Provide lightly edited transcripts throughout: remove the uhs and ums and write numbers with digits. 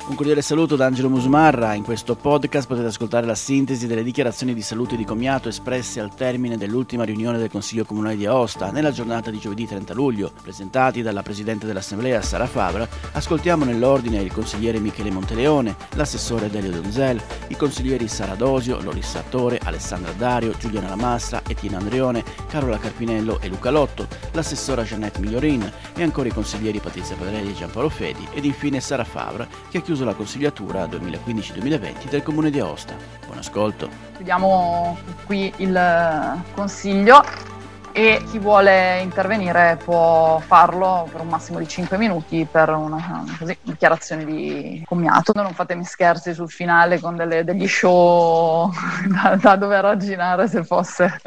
Un cordiale saluto da Angelo Musumarra. In questo podcast potete ascoltare la sintesi delle dichiarazioni di salute di commiato espresse al termine dell'ultima riunione del Consiglio Comunale di Aosta nella giornata di giovedì 30 luglio, presentati dalla Presidente dell'Assemblea Sara Favra. Ascoltiamo nell'ordine il consigliere Michele Monteleone, l'assessore Delio Donzel, i consiglieri Sara Dosio, Loris Sartore, Alessandra Dario, Giuliana Lamastra, Etienne Andreone, Carola Carpinello e Luca Lotto, l'assessora Jeanette Migliorin e ancora i consiglieri Patrizia Padrelli e Giampaolo Fedi ed infine Sara Favra, che ha chiuso la consigliatura 2015-2020 del Comune di Aosta. Buon ascolto. Chiudiamo qui il consiglio e chi vuole intervenire può farlo per un massimo di 5 minuti per una dichiarazione di commiato. Non fatemi scherzi sul finale con degli show da dover arginare se fosse.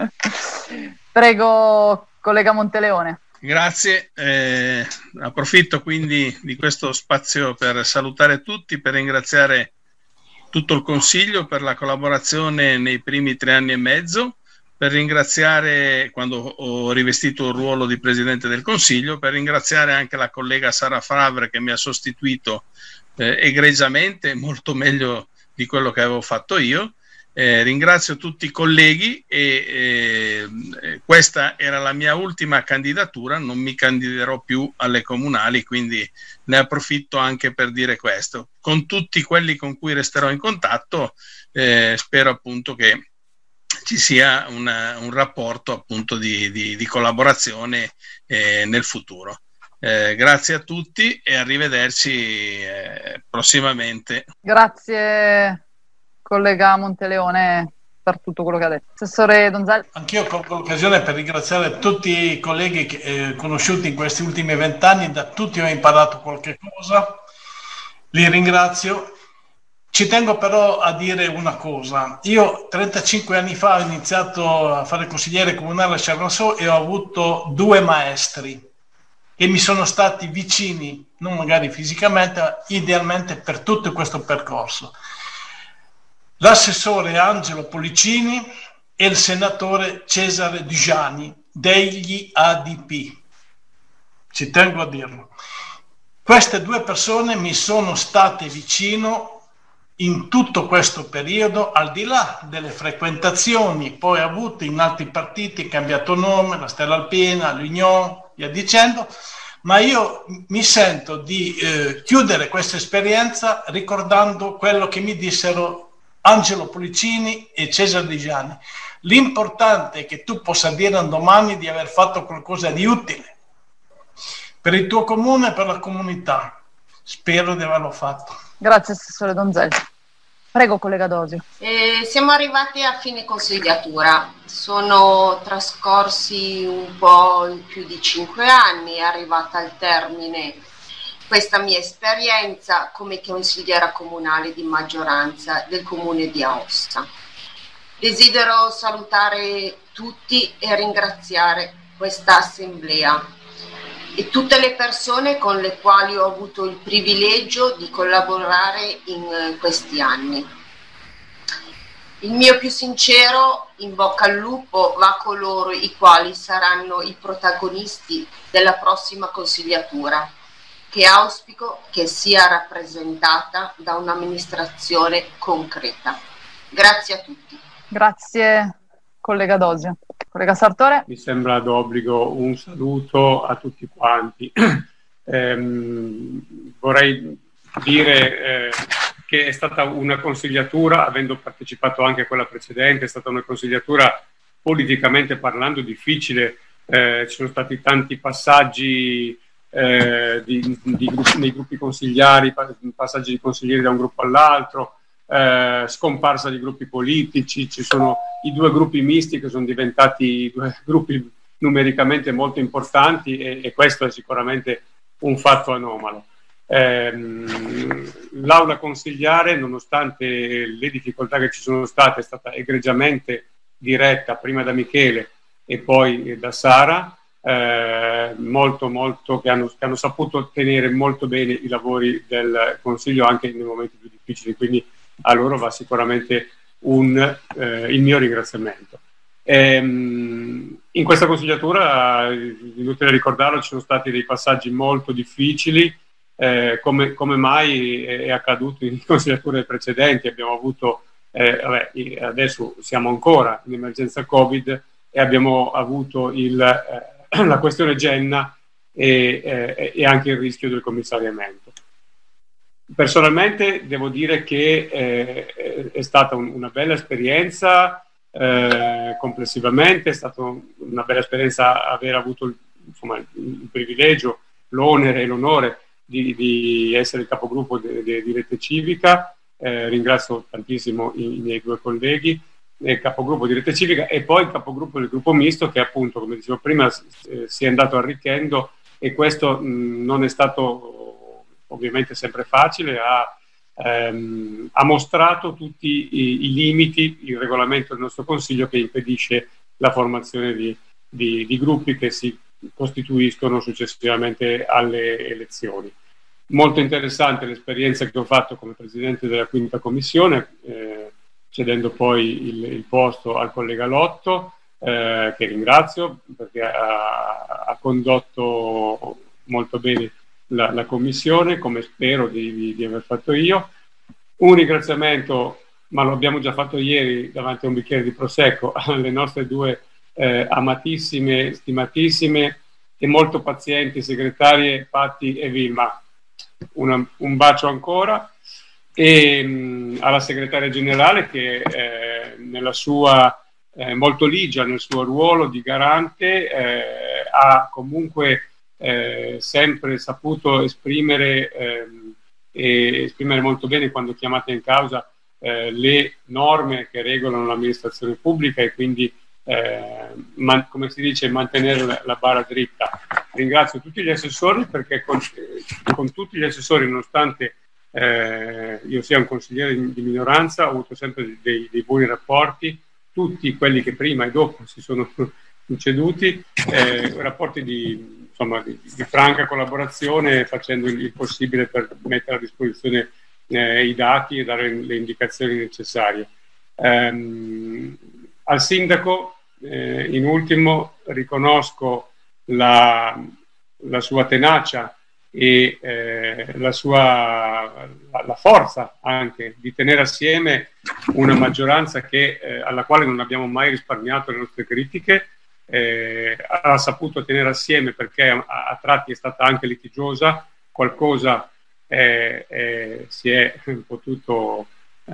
Prego, collega Monteleone. Grazie, approfitto quindi di questo spazio per salutare tutti, per ringraziare tutto il Consiglio per la collaborazione nei primi 3 anni e mezzo, per ringraziare quando ho rivestito il ruolo di Presidente del Consiglio, per ringraziare anche la collega Sara Favre che mi ha sostituito egregiamente, molto meglio di quello che avevo fatto io. Ringrazio tutti i colleghi e questa era la mia ultima candidatura, non mi candiderò più alle comunali, quindi ne approfitto anche per dire questo. Con tutti quelli con cui resterò in contatto spero appunto che ci sia un rapporto appunto di collaborazione nel futuro. Grazie a tutti e arrivederci prossimamente. Grazie collega Monteleone per tutto quello che ha detto. Assessore Donzel. Anch'io colgo l'occasione per ringraziare tutti i colleghi conosciuti in questi ultimi 20 anni, da tutti ho imparato qualche cosa, li ringrazio. Ci tengo però a dire una cosa: io 35 anni fa ho iniziato a fare consigliere comunale a Cernasò e ho avuto 2 maestri che mi sono stati vicini, non magari fisicamente, ma idealmente per tutto questo percorso. L'assessore Angelo Policini e il senatore Cesare Dugiani degli ADP. Ci tengo a dirlo. Queste 2 persone mi sono state vicino in tutto questo periodo, al di là delle frequentazioni poi avute in altri partiti, cambiato nome, la Stella Alpina, l'Union, via dicendo, ma io mi sento di chiudere questa esperienza ricordando quello che mi dissero Angelo Policini e Cesare Dugiani. L'importante è che tu possa dire un domani di aver fatto qualcosa di utile per il tuo comune e per la comunità. Spero di averlo fatto. Grazie assessore Donzel. Prego collega Dosio. Siamo arrivati a fine consigliatura, sono trascorsi un po' più di 5 anni, è arrivata al termine questa mia esperienza come consigliera comunale di maggioranza del Comune di Aosta. Desidero salutare tutti e ringraziare questa assemblea e tutte le persone con le quali ho avuto il privilegio di collaborare in questi anni. Il mio più sincero in bocca al lupo va a coloro i quali saranno i protagonisti della prossima consigliatura, che auspico che sia rappresentata da un'amministrazione concreta. Grazie a tutti. Grazie collega Dosio. Collega Sartore. Mi sembra d'obbligo un saluto a tutti quanti. Vorrei dire che è stata una consigliatura, avendo partecipato anche a quella precedente, è stata una consigliatura politicamente parlando difficile, ci sono stati tanti passaggi nei gruppi consigliari, passaggi di consiglieri da un gruppo all'altro, scomparsa di gruppi politici, ci sono i 2 gruppi misti che sono diventati 2 gruppi numericamente molto importanti e questo è sicuramente un fatto anomalo. L'aula consigliare, nonostante le difficoltà che ci sono state, è stata egregiamente diretta prima da Michele e poi da Sara, molto che hanno saputo tenere molto bene i lavori del Consiglio anche nei momenti più difficili, quindi a loro va sicuramente il mio ringraziamento. In questa consigliatura, inutile ricordarlo, ci sono stati dei passaggi molto difficili, come mai è accaduto in consigliature precedenti. Abbiamo avuto, adesso siamo ancora in emergenza Covid e abbiamo avuto la questione Genna e anche il rischio del commissariamento. Personalmente devo dire che è stata una bella esperienza, complessivamente è stata una bella esperienza aver avuto il privilegio, l'onere e l'onore di essere il capogruppo di Rete Civica. Ringrazio tantissimo i miei due colleghi, il capogruppo di Rete Civica e poi il capogruppo del gruppo misto, che appunto, come dicevo prima, si è andato arricchendo, e questo non è stato ovviamente sempre facile. Ha mostrato tutti i limiti, il regolamento del nostro Consiglio, che impedisce la formazione di gruppi che si costituiscono successivamente alle elezioni. Molto interessante l'esperienza che ho fatto come Presidente della Quinta Commissione, cedendo poi il posto al collega Lotto, che ringrazio perché ha condotto molto bene la Commissione, come spero di aver fatto io. Un ringraziamento, ma lo abbiamo già fatto ieri davanti a un bicchiere di Prosecco, alle nostre due amatissime, stimatissime e molto pazienti segretarie Patti e Vilma. Un bacio ancora, e alla segretaria generale che nella sua molto ligia nel suo ruolo di garante ha comunque sempre saputo esprimere molto bene, quando chiamate in causa le norme che regolano l'amministrazione pubblica, e quindi come si dice, mantenere la barra dritta. Ringrazio tutti gli assessori, perché con tutti gli assessori, nonostante io sia un consigliere di minoranza, ho avuto sempre dei buoni rapporti, tutti quelli che prima e dopo si sono succeduti, rapporti di franca collaborazione, facendo il possibile per mettere a disposizione i dati e dare le indicazioni necessarie. Al sindaco, in ultimo, riconosco la sua tenacia e la forza anche di tenere assieme una maggioranza alla quale non abbiamo mai risparmiato le nostre critiche. Ha saputo tenere assieme, perché a tratti è stata anche litigiosa, qualcosa si è potuto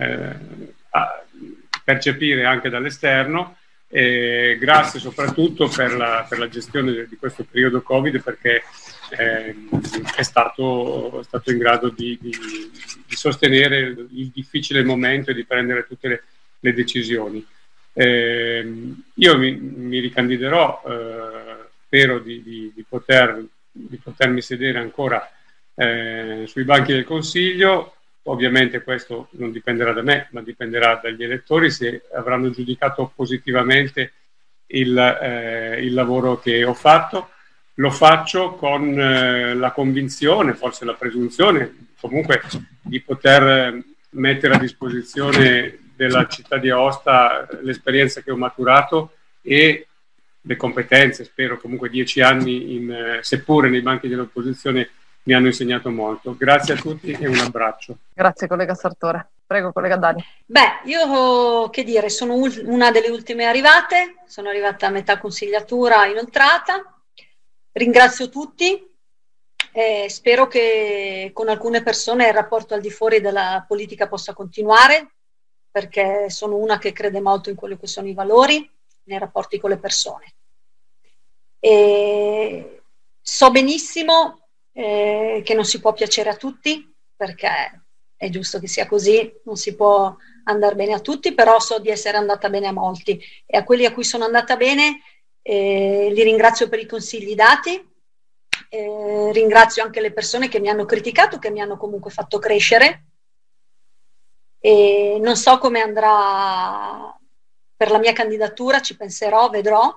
percepire anche dall'esterno. Grazie soprattutto per la gestione di questo periodo Covid, perché è stato in grado di sostenere il difficile momento e di prendere tutte le decisioni. Io mi ricandiderò, spero di potermi sedere ancora sui banchi del Consiglio. Ovviamente questo non dipenderà da me, ma dipenderà dagli elettori, se avranno giudicato positivamente il lavoro che ho fatto. Lo faccio con la convinzione, forse la presunzione, comunque, di poter mettere a disposizione della città di Aosta l'esperienza che ho maturato e le competenze. Spero, comunque 10 anni, seppure nei banchi dell'opposizione, mi hanno insegnato molto. Grazie a tutti e un abbraccio. Grazie collega Sartore. Prego collega Dani. Io che dire, sono una delle ultime arrivate, sono arrivata a metà consigliatura inoltrata. Ringrazio tutti, spero che con alcune persone il rapporto al di fuori della politica possa continuare, perché sono una che crede molto in quello che sono i valori nei rapporti con le persone. E so benissimo che non si può piacere a tutti, perché è giusto che sia così, non si può andare bene a tutti, però so di essere andata bene a molti, e a quelli a cui sono andata bene li ringrazio per i consigli dati, ringrazio anche le persone che mi hanno criticato, che mi hanno comunque fatto crescere, e non so come andrà per la mia candidatura, ci penserò, vedrò.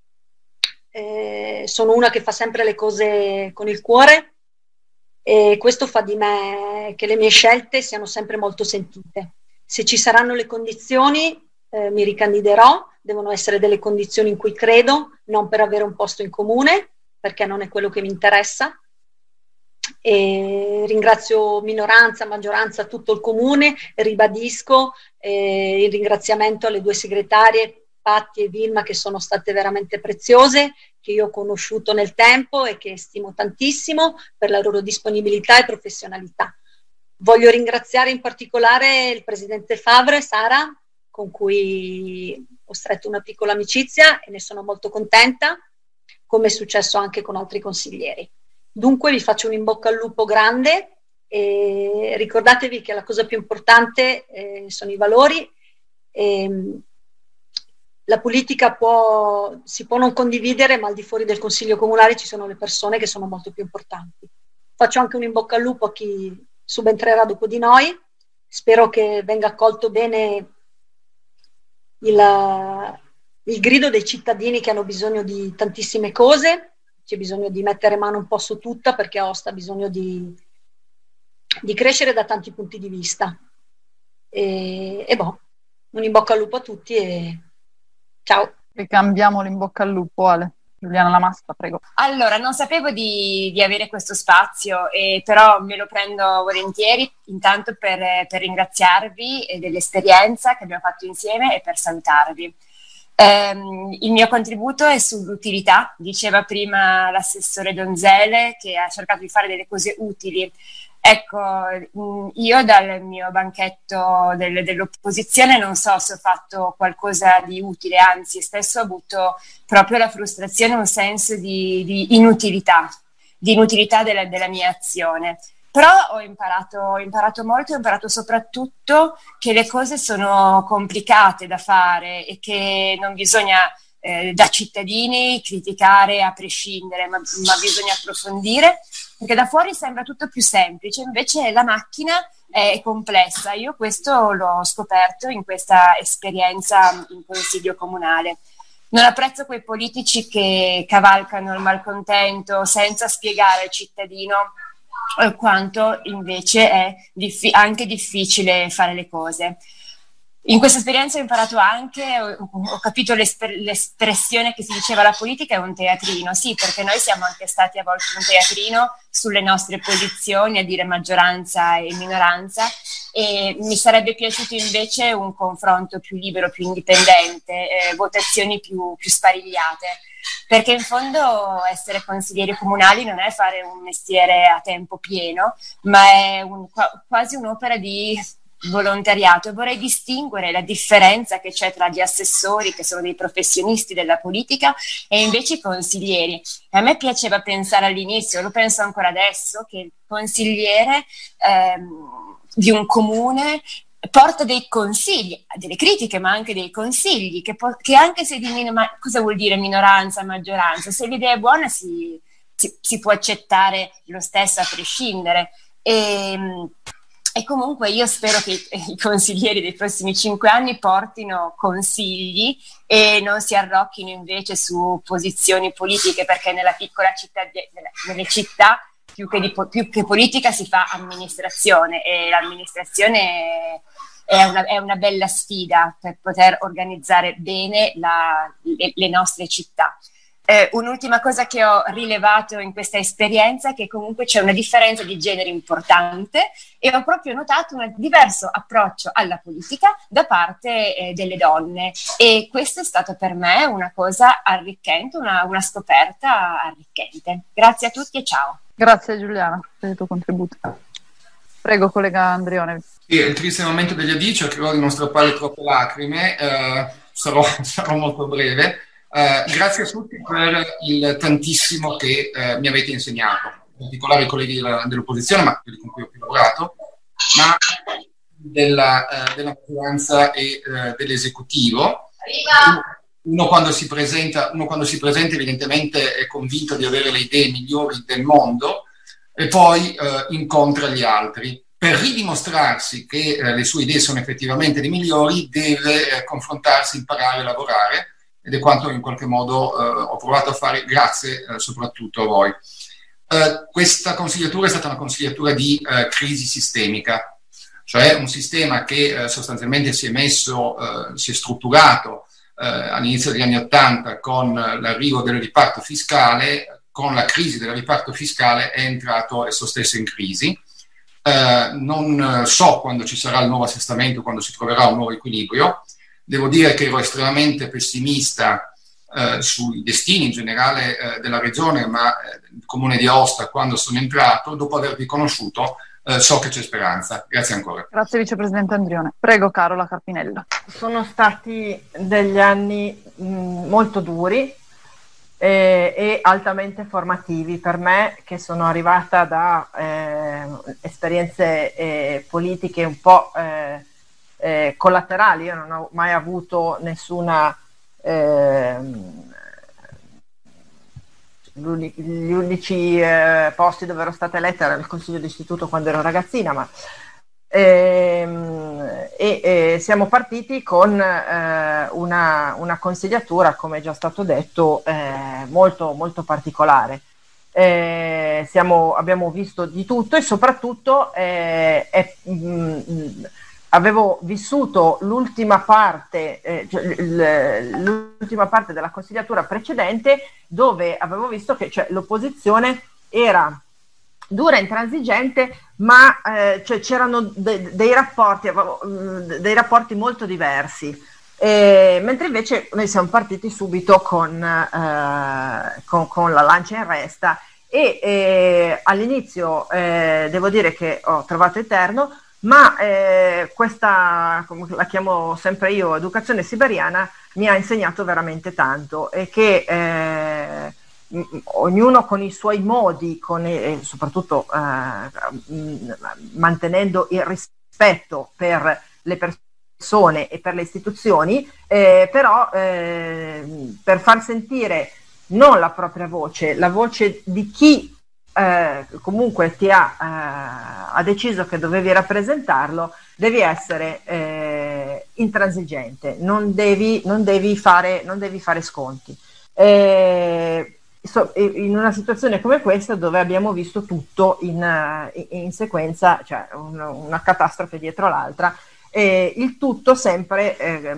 Sono una che fa sempre le cose con il cuore, e questo fa di me che le mie scelte siano sempre molto sentite. Se ci saranno le condizioni mi ricandiderò, devono essere delle condizioni in cui credo, non per avere un posto in comune, perché non è quello che mi interessa. E ringrazio minoranza, maggioranza, tutto il comune, ribadisco il ringraziamento alle 2 segretarie, Patti e Vilma, che sono state veramente preziose, che io ho conosciuto nel tempo e che stimo tantissimo per la loro disponibilità e professionalità. Voglio ringraziare in particolare il presidente Favre, Sara, con cui ho stretto una piccola amicizia e ne sono molto contenta, come è successo anche con altri consiglieri. Dunque vi faccio un in bocca al lupo grande e ricordatevi che la cosa più importante sono i valori. La politica si può non condividere, ma al di fuori del Consiglio Comunale ci sono le persone che sono molto più importanti. Faccio anche un in bocca al lupo a chi subentrerà dopo di noi. Spero che venga accolto bene il grido dei cittadini che hanno bisogno di tantissime cose. C'è bisogno di mettere mano un po' su tutta, perché Aosta ha bisogno di crescere da tanti punti di vista. Un in bocca al lupo a tutti e ciao. Ricambiamo l'in bocca al lupo, Ale. Giuliana Lamasta, prego. Allora, non sapevo di avere questo spazio, però me lo prendo volentieri, intanto per ringraziarvi dell'esperienza che abbiamo fatto insieme e per salutarvi. Il mio contributo è sull'utilità. Diceva prima l'assessore Donzele che ha cercato di fare delle cose utili. Ecco, io dal mio banchetto dell'opposizione non so se ho fatto qualcosa di utile, anzi spesso ho avuto proprio la frustrazione, un senso di inutilità della mia azione. Però ho imparato molto, ho imparato soprattutto che le cose sono complicate da fare e che non bisogna da cittadini criticare a prescindere, ma bisogna approfondire, perché da fuori sembra tutto più semplice, invece la macchina è complessa. Io questo l'ho scoperto in questa esperienza in consiglio comunale. Non apprezzo quei politici che cavalcano il malcontento senza spiegare al cittadino quanto invece è anche difficile fare le cose. In questa esperienza ho imparato anche, ho capito l'espressione che si diceva la politica è un teatrino, sì, perché noi siamo anche stati a volte un teatrino sulle nostre posizioni, a dire maggioranza e minoranza, e mi sarebbe piaciuto invece un confronto più libero, più indipendente, votazioni più sparigliate, perché in fondo essere consiglieri comunali non è fare un mestiere a tempo pieno, ma è quasi un'opera di volontariato, e vorrei distinguere la differenza che c'è tra gli assessori, che sono dei professionisti della politica, e invece i consiglieri. E a me piaceva pensare all'inizio, lo penso ancora adesso, che il consigliere di un comune porta dei consigli, delle critiche, ma anche dei consigli, che anche se ma cosa vuol dire minoranza, maggioranza? Se l'idea è buona si può accettare lo stesso a prescindere. E comunque io spero che i consiglieri dei prossimi 5 anni portino consigli e non si arrocchino invece su posizioni politiche, perché nella piccola città, nelle città più che politica si fa amministrazione, e l'amministrazione è una bella sfida per poter organizzare bene le nostre città. Un'ultima cosa che ho rilevato in questa esperienza è che comunque c'è una differenza di genere importante, e ho proprio notato un diverso approccio alla politica da parte delle donne, e questo è stato per me una cosa arricchente, una scoperta arricchente. Grazie a tutti e ciao. Grazie Giuliana per il tuo contributo. Prego collega Andrione. Sì, è il triste momento degli Adi, cercherò di non strappare troppe lacrime, sarò molto breve. Grazie a tutti per il tantissimo che mi avete insegnato, in particolare i colleghi dell'opposizione, ma quelli con cui ho più lavorato, ma della maggioranza e dell'esecutivo. Uno quando si presenta evidentemente è convinto di avere le idee migliori del mondo, e poi incontra gli altri. Per ridimostrarsi che le sue idee sono effettivamente le migliori, deve confrontarsi, imparare e lavorare, ed è quanto in qualche modo ho provato a fare, grazie soprattutto a voi. Questa consigliatura è stata una consigliatura di crisi sistemica, cioè un sistema che sostanzialmente si è strutturato all'inizio degli anni '80 con l'arrivo del riparto fiscale. Con la crisi del riparto fiscale è entrato esso stesso in crisi, Non so quando ci sarà il nuovo assestamento, quando si troverà un nuovo equilibrio. Devo dire che ero estremamente pessimista sui destini in generale della regione, ma il comune di Aosta, quando sono entrato, dopo avervi conosciuto, so che c'è speranza. Grazie ancora. Grazie vicepresidente Andrione. Prego Carola Carpinella. Sono stati degli anni molto duri e altamente formativi per me, che sono arrivata da esperienze politiche un po' collaterali. Io non ho mai avuto nessuna gli unici posti dove ero stata eletta era il consiglio d'istituto quando ero ragazzina, ma siamo partiti con una consigliatura, come è già stato detto, molto, molto particolare. Abbiamo visto di tutto e soprattutto avevo vissuto l'ultima parte della consigliatura precedente, dove avevo visto che l'opposizione era dura e intransigente, ma c'erano dei rapporti molto diversi, mentre invece noi siamo partiti subito con la lancia in resta e all'inizio devo dire che ho trovato eterno, ma questa, come la chiamo sempre io, educazione siberiana, mi ha insegnato veramente tanto, e che ognuno con i suoi modi, soprattutto mantenendo il rispetto per le persone e per le istituzioni, però per far sentire non la propria voce, la voce di chi comunque ti ha deciso che dovevi rappresentarlo, devi essere intransigente, non devi fare sconti. In una situazione come questa, dove abbiamo visto tutto in sequenza, cioè una catastrofe dietro l'altra, il tutto sempre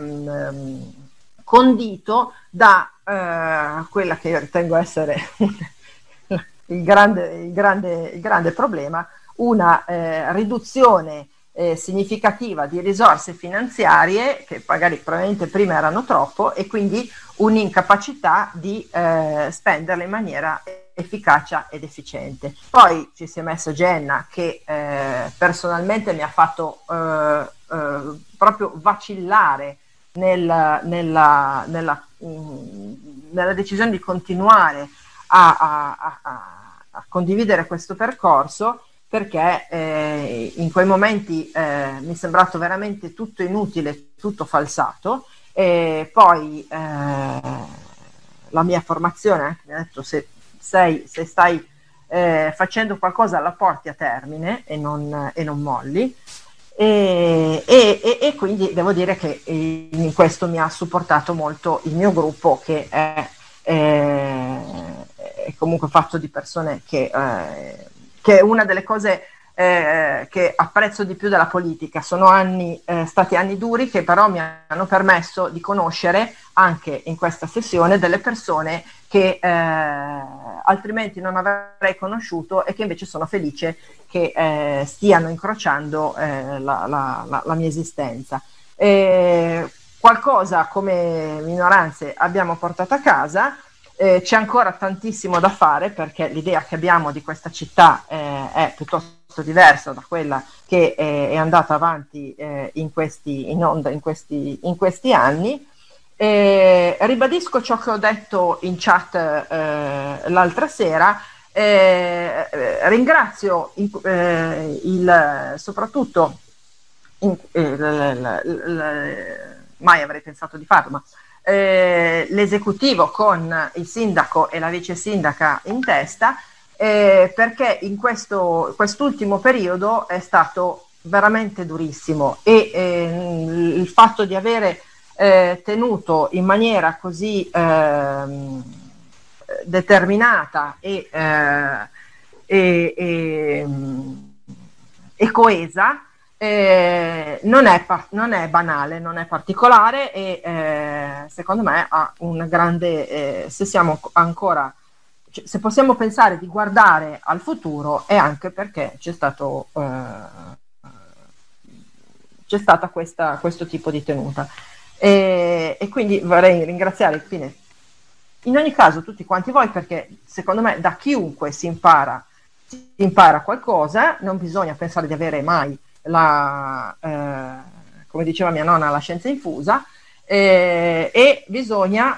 condito da quella che io ritengo essere il grande problema, una riduzione significativa di risorse finanziarie, che magari probabilmente prima erano troppo, e quindi un'incapacità di spenderle in maniera efficace ed efficiente. Poi ci si è messo Genna, che personalmente mi ha fatto proprio vacillare nella decisione di continuare a condividere questo percorso, perché in quei momenti mi è sembrato veramente tutto inutile, tutto falsato. Poi la mia formazione anche mi ha detto: se stai facendo qualcosa, la porti a termine e non molli. E quindi devo dire che in questo mi ha supportato molto il mio gruppo, che è comunque fatto di persone che è una delle cose che apprezzo di più della politica. Sono stati anni duri, che però mi hanno permesso di conoscere anche in questa sessione delle persone che altrimenti non avrei conosciuto, e che invece sono felice che stiano incrociando la mia esistenza. Qualcosa come minoranze abbiamo portato a casa. C'è ancora tantissimo da fare, perché l'idea che abbiamo di questa città è piuttosto diversa da quella che è andata avanti in onda in questi anni. Ribadisco ciò che ho detto in chat l'altra sera. Ringrazio soprattutto mai avrei pensato di farlo, ma l'esecutivo, con il sindaco e la vice sindaca in testa, perché in quest'ultimo periodo è stato veramente durissimo, e il fatto di avere tenuto in maniera così determinata e coesa non è banale, non è particolare, e secondo me ha un grande, se siamo ancora, se possiamo pensare di guardare al futuro è anche perché c'è stata questo tipo di tenuta. E quindi vorrei ringraziare infine in ogni caso tutti quanti voi, perché secondo me da chiunque si impara qualcosa, non bisogna pensare di avere mai come diceva mia nonna, la scienza infusa, e bisogna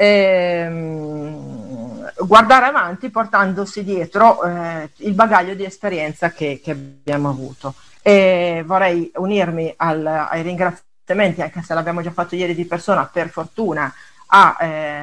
guardare avanti portandosi dietro il bagaglio di esperienza che abbiamo avuto. E vorrei unirmi ai ringraziamenti, anche se l'abbiamo già fatto ieri di persona, per fortuna, a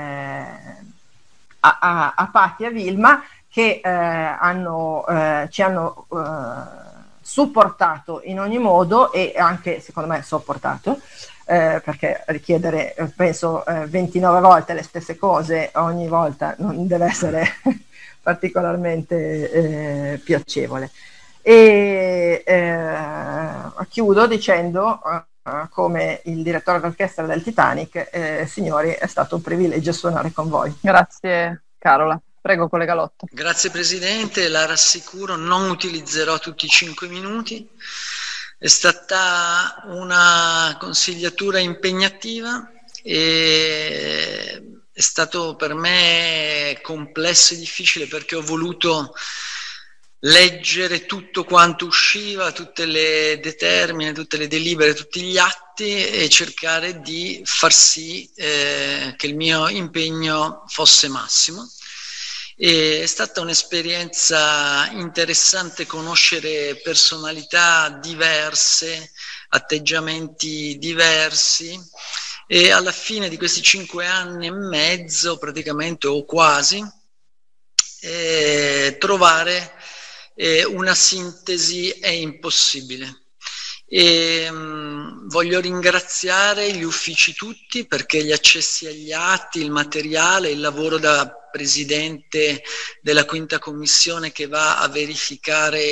Patti e a Vilma, che ci hanno supportato in ogni modo, e anche secondo me sopportato, perché richiedere penso 29 volte le stesse cose ogni volta non deve essere particolarmente piacevole. E chiudo dicendo, come il direttore d'orchestra del Titanic, signori, è stato un privilegio suonare con voi. Grazie Carola. Prego, collega Lotto. Grazie Presidente, la rassicuro, non utilizzerò tutti i 5 minuti. È stata una consigliatura impegnativa e è stato per me complesso e difficile, perché ho voluto leggere tutto quanto usciva, tutte le determine, tutte le delibere, tutti gli atti, e cercare di far sì che il mio impegno fosse massimo. E è stata un'esperienza interessante conoscere personalità diverse, atteggiamenti diversi, e alla fine di questi 5 anni e mezzo praticamente, o quasi, trovare una sintesi è impossibile. E voglio ringraziare gli uffici tutti, perché gli accessi agli atti, il materiale, il lavoro da presidente della quinta commissione che va a verificare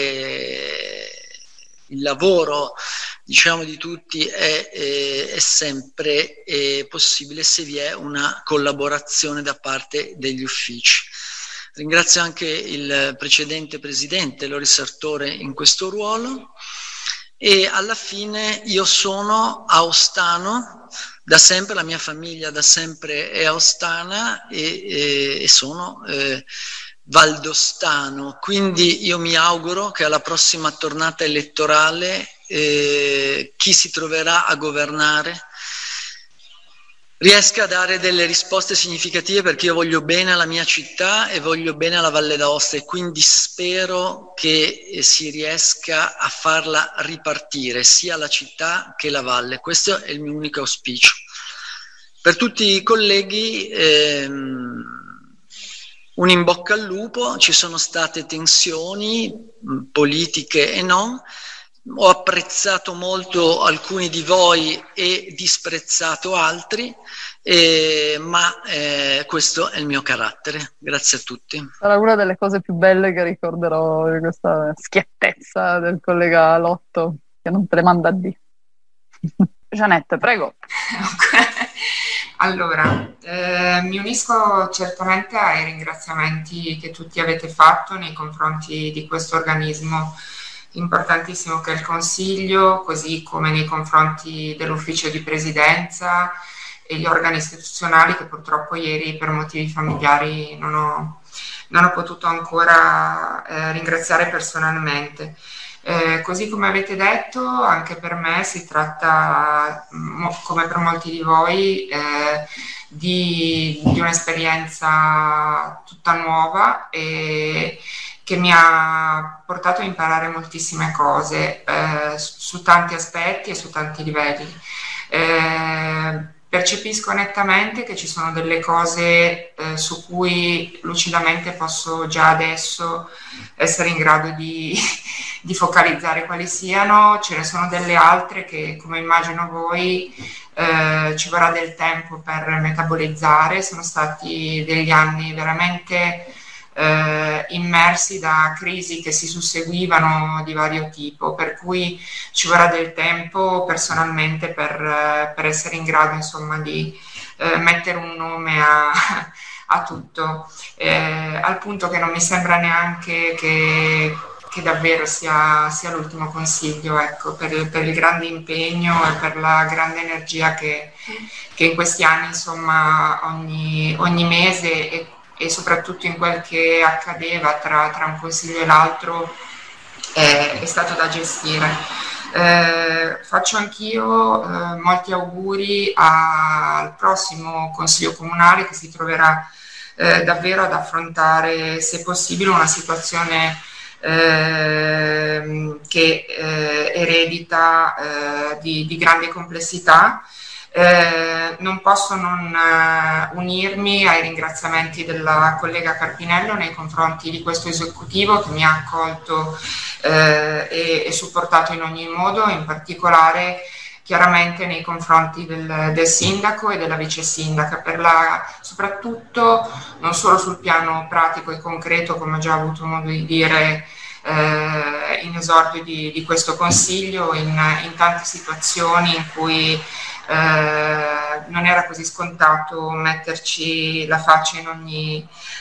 il lavoro, diciamo, di tutti è sempre possibile se vi è una collaborazione da parte degli uffici. Ringrazio anche il precedente presidente Loris Sartore in questo ruolo. E alla fine io sono aostano da sempre, la mia famiglia da sempre è aostana, e sono valdostano, quindi io mi auguro che alla prossima tornata elettorale chi si troverà a governare riesca a dare delle risposte significative, perché io voglio bene alla mia città e voglio bene alla Valle d'Aosta, e quindi spero che si riesca a farla ripartire, sia la città che la valle. Questo è il mio unico auspicio. Per tutti i colleghi un in bocca al lupo. Ci sono state tensioni politiche e non. Ho apprezzato molto alcuni di voi e disprezzato altri, ma questo è il mio carattere. Grazie a tutti. Sarà una delle cose più belle che ricorderò di questa schiettezza del collega Lotto, che non te le manda a dire. Jeanette, prego. Allora, mi unisco certamente ai ringraziamenti che tutti avete fatto nei confronti di questo organismo importantissimo che è il Consiglio, così come nei confronti dell'ufficio di presidenza e gli organi istituzionali, che purtroppo ieri per motivi familiari non ho potuto ancora ringraziare personalmente. Così come avete detto, anche per me si tratta, come per molti di voi, di un'esperienza tutta nuova e che mi ha portato a imparare moltissime cose su tanti aspetti e su tanti livelli. Percepisco nettamente che ci sono delle cose su cui lucidamente posso già adesso essere in grado di focalizzare quali siano. Ce ne sono delle altre che, come immagino voi, ci vorrà del tempo per metabolizzare. Sono stati degli anni veramente immersi da crisi che si susseguivano di vario tipo, per cui ci vorrà del tempo personalmente per essere in grado, insomma, di mettere un nome a tutto, al punto che non mi sembra neanche che davvero sia l'ultimo consiglio, ecco, per il grande impegno e per la grande energia che in questi anni, insomma, ogni mese e soprattutto in quel che accadeva tra un consiglio e l'altro è stato da gestire. Faccio anch'io molti auguri al prossimo Consiglio Comunale, che si troverà davvero ad affrontare, se possibile, una situazione che eredita di grande complessità. Non posso non unirmi ai ringraziamenti della collega Carpinello nei confronti di questo esecutivo che mi ha accolto e supportato in ogni modo, in particolare chiaramente nei confronti del sindaco e della vice sindaca, soprattutto non solo sul piano pratico e concreto, come ho già avuto modo di dire in esordio di questo consiglio, in tante situazioni in cui non era così scontato metterci la faccia in ogni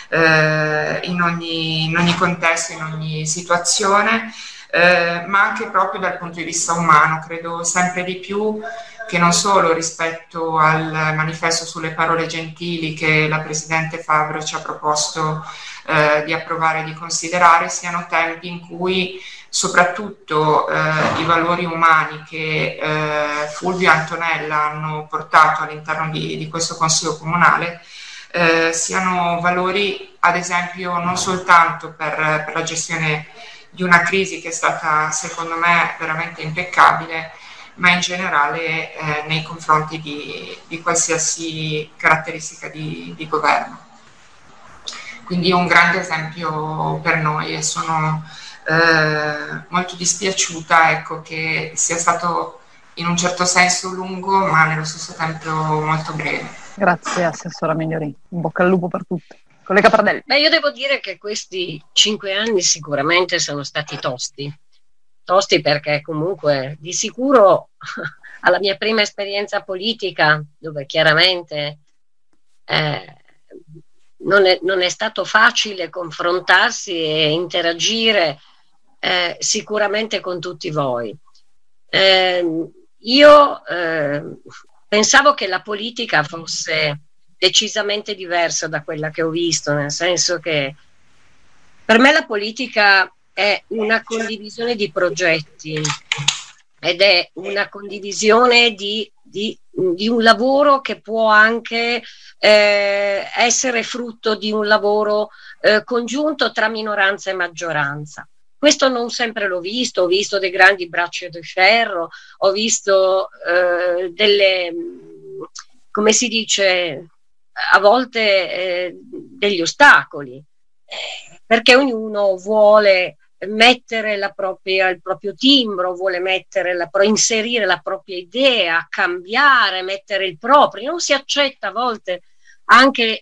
contesto, in ogni situazione, ma anche proprio dal punto di vista umano. Credo sempre di più che non solo rispetto al manifesto sulle parole gentili che la Presidente Favero ci ha proposto di approvare e di considerare, siano tempi in cui soprattutto i valori umani che Fulvio e Antonella hanno portato all'interno di questo Consiglio Comunale siano valori, ad esempio, non soltanto per la gestione di una crisi che è stata, secondo me, veramente impeccabile, ma in generale nei confronti di qualsiasi caratteristica di governo. Quindi un grande esempio per noi, e sono molto dispiaciuta, ecco, che sia stato in un certo senso lungo, ma nello stesso tempo molto breve. Grazie Assessora Migliori, in bocca al lupo per tutti. Collega Pradelli. Beh, io devo dire che questi 5 anni sicuramente sono stati tosti perché comunque di sicuro alla mia prima esperienza politica, dove chiaramente non è stato facile confrontarsi e interagire sicuramente con tutti voi. Io pensavo che la politica fosse decisamente diversa da quella che ho visto, nel senso che per me la politica è una condivisione di progetti ed è una condivisione di un lavoro che può anche essere frutto di un lavoro congiunto tra minoranza e maggioranza. Questo non sempre l'ho visto, ho visto dei grandi braccia di ferro, ho visto delle, come si dice, a volte degli ostacoli, perché ognuno vuole mettere il proprio timbro, vuole inserire la propria idea, cambiare, mettere il proprio. Non si accetta a volte anche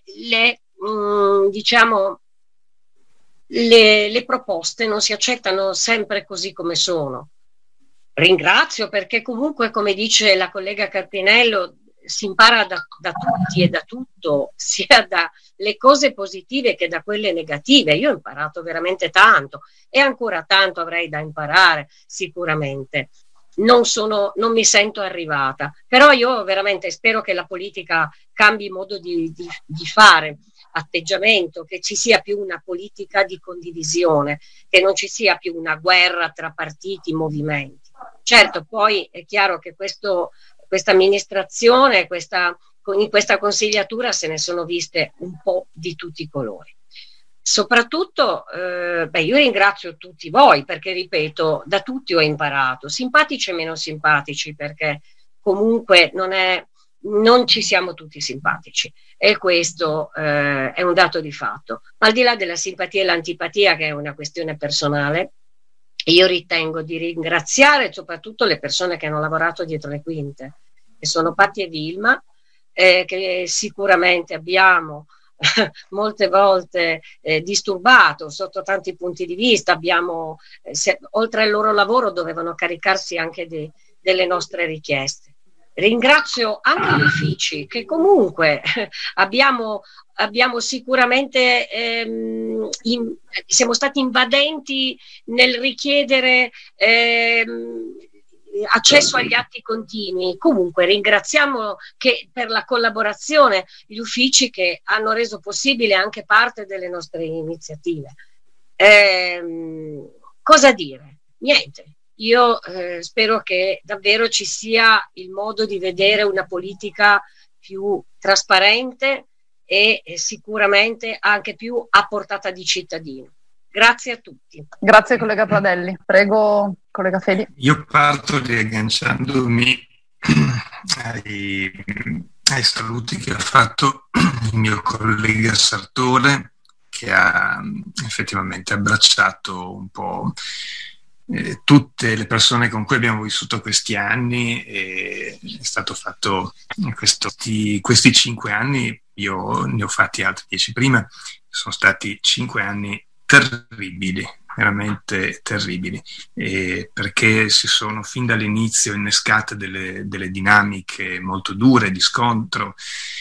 le proposte, non si accettano sempre così come sono. Ringrazio perché comunque, come dice la collega Carpinello, si impara da tutti e da tutto, sia dalle cose positive che da quelle negative. Io ho imparato veramente tanto e ancora tanto avrei da imparare sicuramente. Non mi sento arrivata, però io veramente spero che la politica cambi modo di fare, atteggiamento, che ci sia più una politica di condivisione, che non ci sia più una guerra tra partiti, movimenti. Certo, poi è chiaro che questa amministrazione, in questa consigliatura se ne sono viste un po' di tutti i colori. Soprattutto, io ringrazio tutti voi perché, ripeto, da tutti ho imparato, simpatici e meno simpatici, perché comunque non ci siamo tutti simpatici e questo è un dato di fatto. Ma al di là della simpatia e l'antipatia, che è una questione personale, io ritengo di ringraziare soprattutto le persone che hanno lavorato dietro le quinte, che sono Patti e Vilma, che sicuramente abbiamo molte volte disturbato sotto tanti punti di vista. Oltre al loro lavoro dovevano caricarsi anche delle nostre richieste. ringrazio anche gli uffici che comunque abbiamo sicuramente siamo stati invadenti nel richiedere accesso agli atti continui. Comunque ringraziamo per la collaborazione gli uffici che hanno reso possibile anche parte delle nostre iniziative. Cosa dire? Niente. Io spero che davvero ci sia il modo di vedere una politica più trasparente e sicuramente anche più a portata di cittadino. Grazie a tutti. Grazie collega Pradelli. Prego collega Fedi. Io parto riagganciandomi ai saluti che ha fatto il mio collega Sartore, che ha effettivamente abbracciato un po' tutte le persone con cui abbiamo vissuto questi anni. E è stato fatto questi 5 anni, io ne ho fatti altri 10 prima, sono stati 5 anni terribili, veramente terribili, perché si sono fin dall'inizio innescate delle dinamiche molto dure di scontro,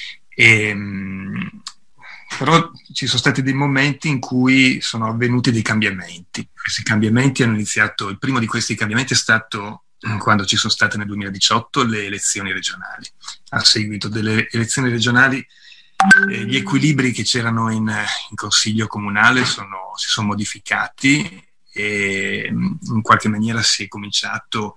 però ci sono stati dei momenti in cui sono avvenuti dei cambiamenti. Questi cambiamenti hanno iniziato, il primo di questi cambiamenti è stato quando ci sono state nel 2018 le elezioni regionali. A seguito delle elezioni regionali gli equilibri che c'erano in consiglio comunale si sono modificati e in qualche maniera si è cominciato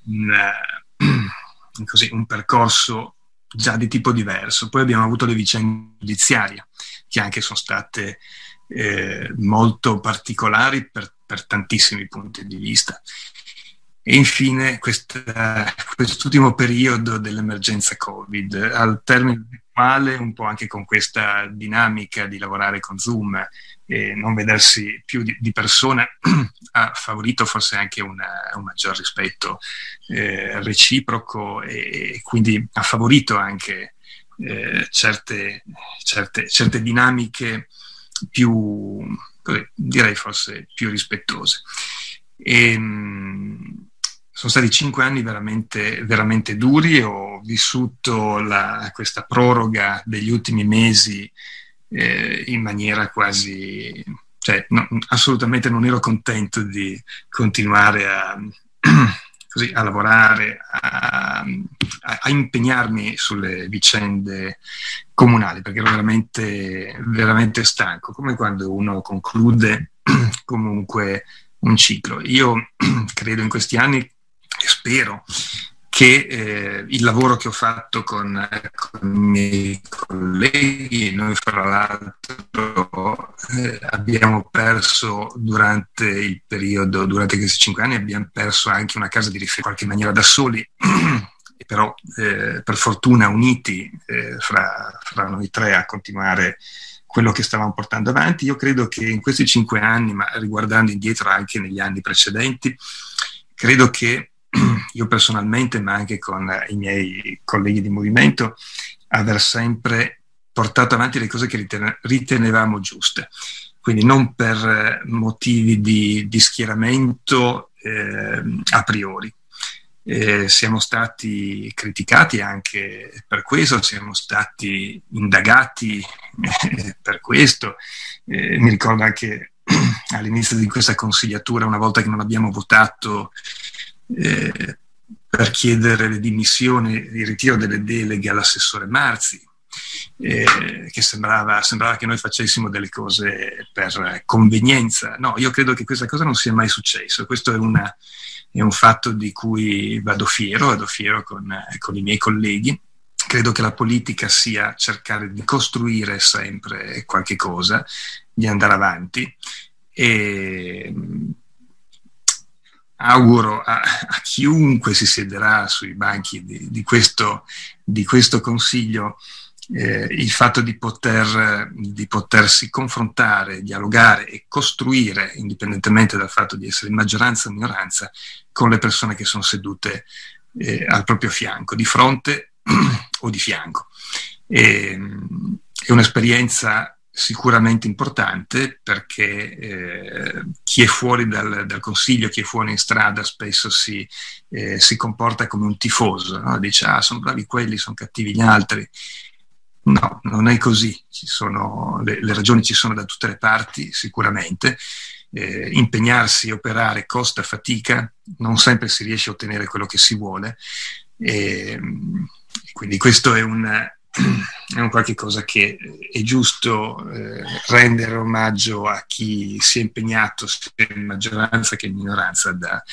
un percorso già di tipo diverso. Poi abbiamo avuto le vicende giudiziarie, che anche sono state molto particolari per tantissimi punti di vista. E infine quest'ultimo periodo dell'emergenza Covid, al termine del quale, un po' anche con questa dinamica di lavorare con Zoom e non vedersi più di persona, ha favorito forse anche un maggior rispetto reciproco, e quindi ha favorito anche certe dinamiche più, direi forse più rispettose. Sono stati 5 anni veramente, veramente duri. Ho vissuto questa proroga degli ultimi mesi in maniera quasi, assolutamente non ero contento di continuare a lavorare, a impegnarmi sulle vicende comunali, perché ero veramente, veramente stanco, come quando uno conclude comunque un ciclo. Io credo in questi anni, e spero che il lavoro che ho fatto con i miei colleghi, noi fra l'altro abbiamo perso durante questi 5 anni, abbiamo perso anche una casa di riferimento, in qualche maniera da soli, però per fortuna uniti fra noi tre a continuare quello che stavamo portando avanti. Io credo che in questi 5 anni, ma riguardando indietro anche negli anni precedenti, credo che io personalmente, ma anche con i miei colleghi di movimento, aver sempre portato avanti le cose che ritenevamo giuste. Quindi non per motivi di schieramento a priori. Siamo stati criticati anche per questo, siamo stati indagati per questo. Mi ricordo anche all'inizio di questa consigliatura, una volta che non abbiamo votato per chiedere le dimissioni, il ritiro delle deleghe all'assessore Marzi, che sembrava che noi facessimo delle cose per convenienza. No, io credo che questa cosa non sia mai successo. Questo è un fatto di cui vado fiero con i miei colleghi. Credo che la politica sia cercare di costruire sempre qualche cosa, di andare avanti, e auguro a chiunque si siederà sui banchi di questo Consiglio il fatto di potersi confrontare, dialogare e costruire, indipendentemente dal fatto di essere in maggioranza o minoranza, con le persone che sono sedute al proprio fianco, di fronte o di fianco. È un'esperienza sicuramente importante, perché chi è fuori dal consiglio, chi è fuori in strada spesso si comporta come un tifoso, no? Dice sono bravi quelli, sono cattivi gli altri. No, non è così. Le ragioni ci sono da tutte le parti sicuramente. Impegnarsi e operare costa fatica, non sempre si riesce a ottenere quello che si vuole, quindi questo è un qualche cosa che è giusto rendere omaggio a chi si è impegnato sia in maggioranza che in minoranza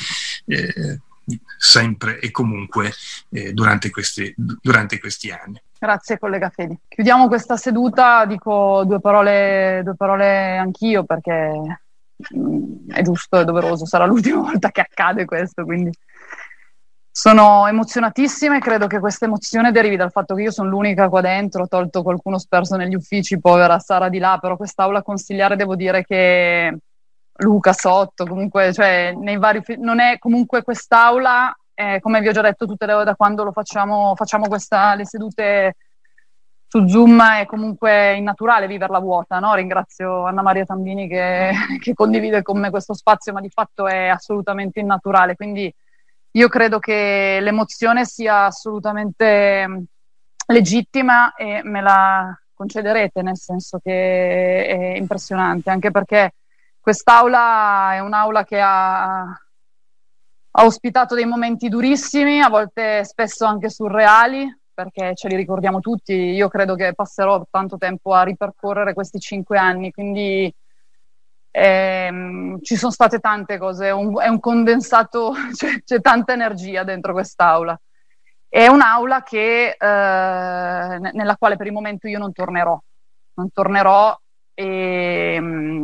sempre e comunque durante questi anni. Grazie collega Fedi. Chiudiamo questa seduta, dico due parole anch'io, perché è giusto, è doveroso, sarà l'ultima volta che accade questo, quindi sono emozionatissima e credo che questa emozione derivi dal fatto che io sono l'unica qua dentro, ho tolto qualcuno sperso negli uffici, povera Sara di là, però quest'aula consigliare devo dire che Luca Sotto, comunque, cioè nei vari non è comunque quest'aula, come vi ho già detto tutte le da quando lo facciamo le sedute su Zoom, è comunque innaturale viverla vuota, no? Ringrazio Anna Maria Tambini che condivide con me questo spazio, ma di fatto è assolutamente innaturale, quindi io credo che l'emozione sia assolutamente legittima e me la concederete, nel senso che è impressionante, anche perché quest'aula è un'aula che ha ospitato dei momenti durissimi, a volte spesso anche surreali, perché ce li ricordiamo tutti. Io credo che passerò tanto tempo a ripercorrere questi 5 anni, quindi ci sono state tante cose, è un condensato, c'è tanta energia dentro quest'aula. È un'aula nella quale per il momento io non tornerò e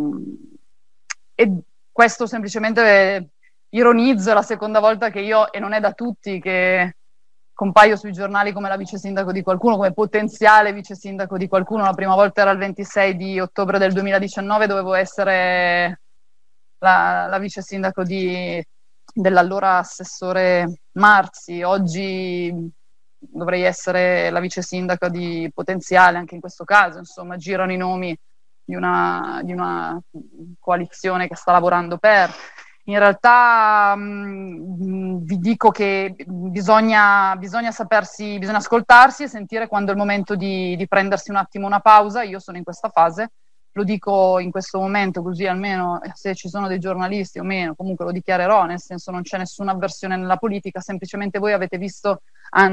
questo semplicemente ironizzo, è la seconda volta che io, e non è da tutti, che compaio sui giornali come la vice sindaco di qualcuno, come potenziale vice sindaco di qualcuno. La prima volta era il 26 di ottobre del 2019, dovevo essere la vice sindaco dell'allora assessore Marzi, oggi dovrei essere la vice sindaca di potenziale anche in questo caso, insomma girano i nomi di una coalizione che sta lavorando in realtà vi dico che bisogna ascoltarsi e sentire quando è il momento di prendersi un attimo una pausa. Io sono in questa fase, lo dico in questo momento, così almeno se ci sono dei giornalisti o meno, comunque lo dichiarerò, nel senso non c'è nessuna avversione nella politica, semplicemente voi avete visto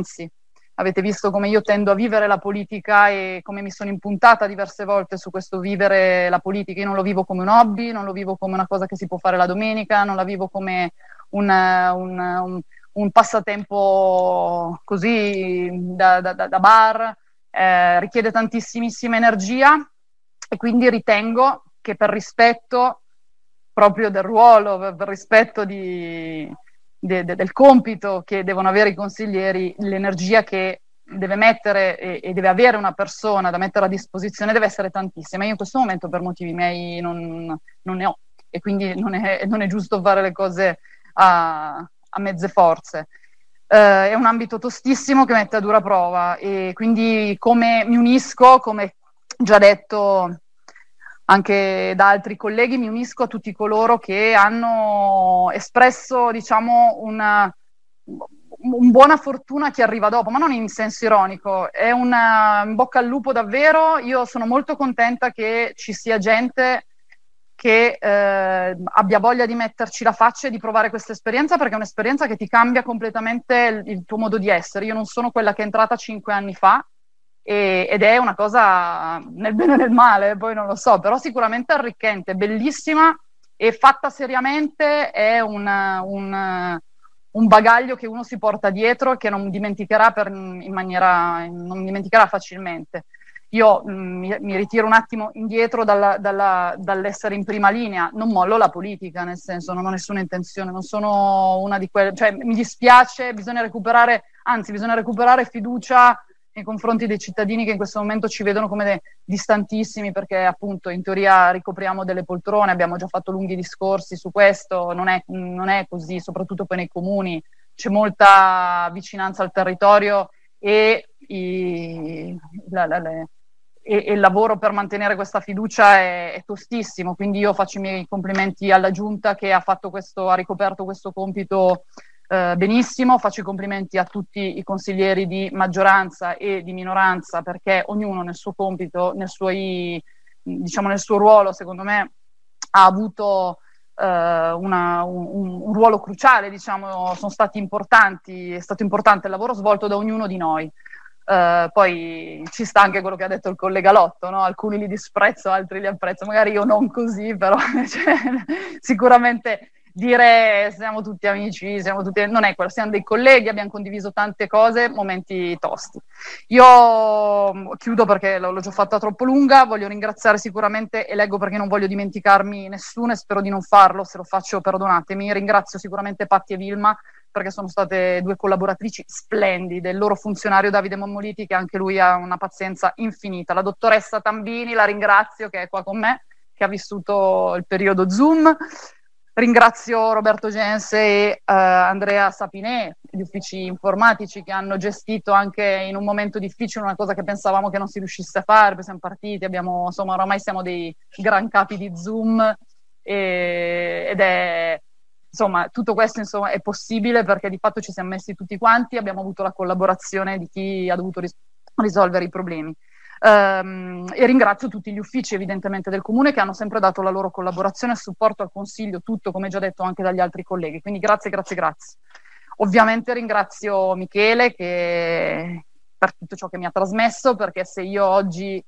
come io tendo a vivere la politica e come mi sono impuntata diverse volte su questo vivere la politica. Io non lo vivo come un hobby, non lo vivo come una cosa che si può fare la domenica, non la vivo come un passatempo così da bar, richiede tantissimissima energia e quindi ritengo che per rispetto proprio del ruolo, per rispetto del compito che devono avere i consiglieri, l'energia che deve mettere e deve avere una persona da mettere a disposizione deve essere tantissima. Io in questo momento per motivi miei non ne ho e quindi non è giusto fare le cose a mezze forze. È un ambito tostissimo che mette a dura prova e quindi come mi unisco, come già detto anche da altri colleghi, mi unisco a tutti coloro che hanno espresso, diciamo, un buona fortuna a chi arriva dopo, ma non in senso ironico, è in bocca al lupo davvero. Io sono molto contenta che ci sia gente che abbia voglia di metterci la faccia e di provare questa esperienza, perché è un'esperienza che ti cambia completamente il tuo modo di essere. Io non sono quella che è entrata 5 anni fa, ed è una cosa nel bene e nel male, poi non lo so, però sicuramente arricchente, bellissima e fatta seriamente è un bagaglio che uno si porta dietro, che non dimenticherà non dimenticherà facilmente. Io mi ritiro un attimo indietro dall'essere in prima linea, non mollo la politica, nel senso non ho nessuna intenzione, non sono una di quelle, cioè mi dispiace, bisogna recuperare fiducia nei confronti dei cittadini che in questo momento ci vedono come distantissimi, perché appunto in teoria ricopriamo delle poltrone, abbiamo già fatto lunghi discorsi su questo, non è così, soprattutto poi nei comuni c'è molta vicinanza al territorio e il lavoro per mantenere questa fiducia è tostissimo, quindi io faccio i miei complimenti alla Giunta che ha ricoperto questo compito benissimo, faccio i complimenti a tutti i consiglieri di maggioranza e di minoranza, perché ognuno nel suo compito, nel suo ruolo, secondo me, ha avuto un ruolo cruciale, diciamo, sono stati importanti, è stato importante il lavoro svolto da ognuno di noi. Poi ci sta anche quello che ha detto il collega Lotto, no? Alcuni li disprezzo, altri li apprezzo, magari io non così, però sicuramente dire siamo tutti amici, non è quello, siamo dei colleghi, abbiamo condiviso tante cose, momenti tosti. Io chiudo perché l'ho già fatta troppo lunga, voglio ringraziare sicuramente, e leggo perché non voglio dimenticarmi nessuno e spero di non farlo, se lo faccio perdonatemi, ringrazio sicuramente Patti e Vilma perché sono state 2 collaboratrici splendide, il loro funzionario Davide Mommoliti che anche lui ha una pazienza infinita, la dottoressa Tambini, la ringrazio che è qua con me, che ha vissuto il periodo Zoom. Ringrazio Roberto Gense e Andrea Sapinè, gli uffici informatici che hanno gestito anche in un momento difficile una cosa che pensavamo che non si riuscisse a fare, poi siamo partiti, oramai siamo dei gran capi di Zoom ed è, insomma, tutto questo è possibile perché di fatto ci siamo messi tutti quanti, abbiamo avuto la collaborazione di chi ha dovuto risolvere i problemi. E ringrazio tutti gli uffici evidentemente del Comune che hanno sempre dato la loro collaborazione e supporto al Consiglio, tutto come già detto anche dagli altri colleghi, quindi grazie. Ovviamente ringrazio Michele per tutto ciò che mi ha trasmesso, perché se io oggi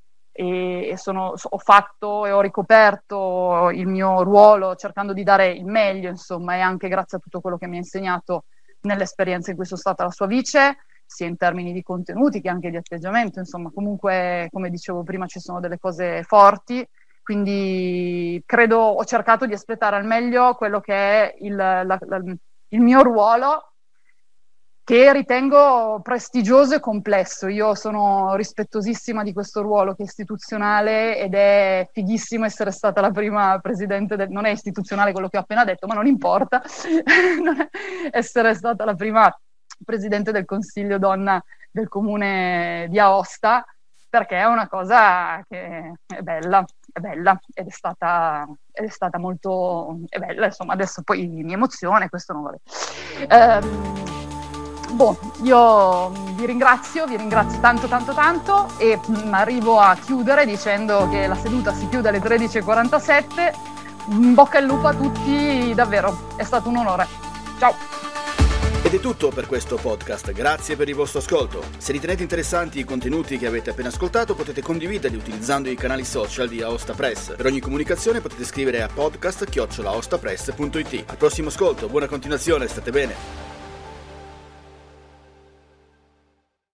ho fatto e ho ricoperto il mio ruolo cercando di dare il meglio, insomma, e anche grazie a tutto quello che mi ha insegnato nell'esperienza in cui sono stata la sua vice, sia in termini di contenuti che anche di atteggiamento, insomma, comunque, come dicevo prima, ci sono delle cose forti, quindi credo ho cercato di espletare al meglio quello che è il mio ruolo, che ritengo prestigioso e complesso. Io sono rispettosissima di questo ruolo che è istituzionale ed è fighissimo essere stata la prima presidente non è istituzionale quello che ho appena detto, ma non importa, essere stata la prima presidente del Consiglio donna del Comune di Aosta, perché è una cosa che è bella ed è stata molto bella, insomma. Adesso poi mi emoziona e questo non vale. Io vi ringrazio tanto e arrivo a chiudere dicendo che la seduta si chiude alle 13:47. In bocca al lupo a tutti, davvero, è stato un onore. Ciao! Ed è tutto per questo podcast, grazie per il vostro ascolto. Se ritenete interessanti i contenuti che avete appena ascoltato potete condividerli utilizzando i canali social di Aosta Press. Per ogni comunicazione potete scrivere a podcast@aostapress.it. Al prossimo ascolto, buona continuazione, state bene!